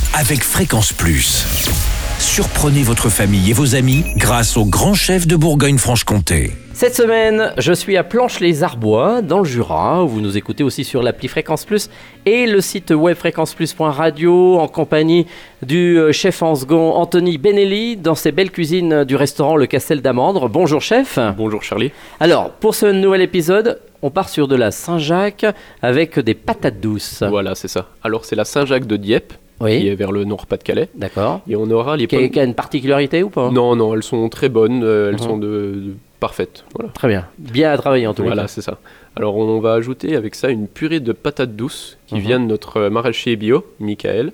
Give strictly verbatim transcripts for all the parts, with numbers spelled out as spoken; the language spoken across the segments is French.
avec Fréquence Plus. Surprenez votre famille et vos amis grâce au grand chef de Bourgogne-Franche-Comté. Cette semaine, je suis à Planches-les-Arbois, dans le Jura, où vous nous écoutez aussi sur l'appli Fréquence Plus et le site web fréquence plus point radio, en compagnie du chef en second Anthony Benelli, dans ses belles cuisines du restaurant Le Castel d'Amandre. Bonjour chef. Bonjour Charlie. Alors, pour ce nouvel épisode, on part sur de la Saint-Jacques avec des patates douces. Voilà, c'est ça. Alors, c'est la Saint-Jacques de Dieppe, Oui. qui est vers le Nord-Pas-de-Calais. D'accord. Et on aura les Qui a, pommes... qui a une particularité ou pas? Non, non, elles sont très bonnes, euh, elles Mhm. sont de, de- parfaites. Voilà, Très bien. Bien à travailler en tout cas. voilà c'est ça. Alors, on va ajouter avec ça une purée de patates douces qui Mhm. vient de notre maraîcher bio, Michael.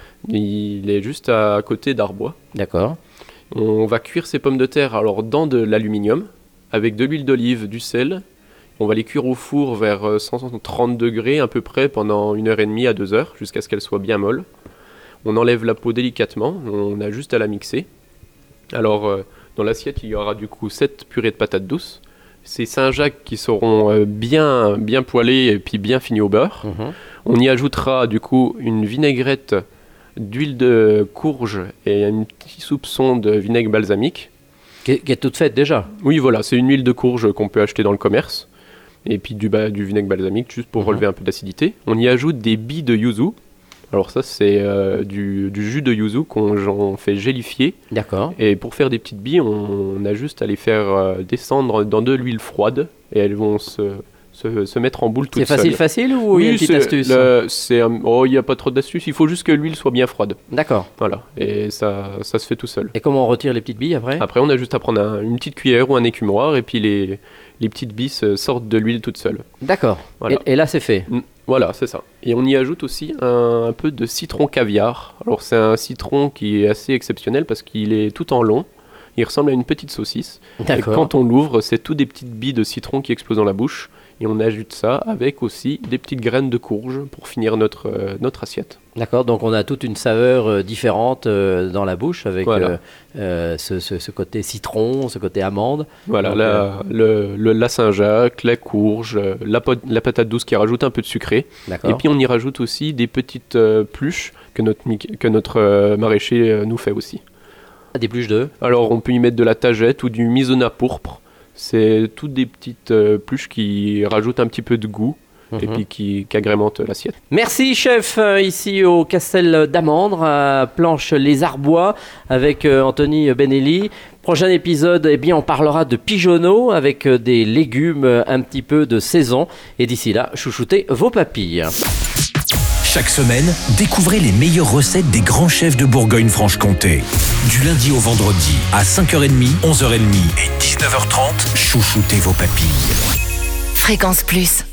Il est juste à côté d'Arbois. D'accord. On va cuire ces pommes de terre alors dans de l'aluminium avec de l'huile d'olive, du sel. On va les cuire au four vers euh, cent trente degrés à peu près pendant une heure et demie à deux heures jusqu'à ce qu'elles soient bien molles. On enlève la peau délicatement, on a juste à la mixer. Alors euh, dans l'assiette il y aura du coup sept purées de patates douces. Ces Saint-Jacques qui seront euh, bien, bien poêlées et puis bien finies au beurre. Mhm. On y ajoutera du coup une vinaigrette d'huile de courge et un petit soupçon de vinaigre balsamique. Qui, qui est toute faite déjà. Oui, voilà, c'est une huile de courge qu'on peut acheter dans le commerce. Et puis du, ba- du vinaigre balsamique, juste pour Mhm. relever un peu d'acidité. On y ajoute des billes de yuzu. Alors ça, c'est euh, du, du jus de yuzu qu'on j'en fait gélifier. D'accord. Et pour faire des petites billes, on, on a juste à les faire euh, descendre dans de l'huile froide. Et elles vont se, se, se mettre en boule toutes C'est facile, seules. facile ou il y a une petite c'est astuce? le- c'est un- oh, il n'y a pas trop d'astuce. Il faut juste que l'huile soit bien froide. D'accord. Voilà. Et ça, ça se fait tout seul. Et comment on retire les petites billes après? Après, on a juste à prendre un- une petite cuillère ou un écumoire et puis les, les petites billes se- sortent de l'huile toutes seules. D'accord. Voilà. Et, et là, c'est fait. Mm, Voilà, c'est ça. Et on y ajoute aussi un, un peu de citron caviar. Alors, c'est un citron qui est assez exceptionnel parce qu'il est tout en long. Il ressemble à une petite saucisse. Et D'accord. quand on l'ouvre, c'est tout des petites billes de citron qui explosent dans la bouche. Et on ajoute ça avec aussi des petites graines de courge pour finir notre, euh, notre assiette. D'accord. Donc, on a toute une saveur euh, différente euh, dans la bouche avec Voilà. euh, euh, ce, ce- ce côté citron, ce côté amande. Voilà, Donc, la, le, le- la Saint-Jacques, la courge, euh, la, pot- la patate douce qui rajoute un peu de sucré. D'accord. Et puis on y rajoute aussi des petites euh, pluches que notre, mic- que notre euh, maraîcher euh, nous fait aussi. Des pluches d'œufs. Alors on peut y mettre de la tagette ou du misona pourpre. C'est toutes des petites euh, pluches qui rajoutent un petit peu de goût et Mhm. puis qui, qui agrémentent l'assiette. Merci chef, euh, ici au Castel d'Amandre, à Planches-les-Arbois, avec euh, Anthony Benelli. Prochain épisode, eh bien, on parlera de pigeonneaux avec euh, des légumes euh, un petit peu de saison. Et d'ici là, chouchoutez vos papilles. Chaque semaine, découvrez les meilleures recettes des grands chefs de Bourgogne-Franche-Comté. Du lundi au vendredi, à cinq heures trente, onze heures trente et dix-neuf heures trente, chouchoutez vos papilles. Fréquence Plus.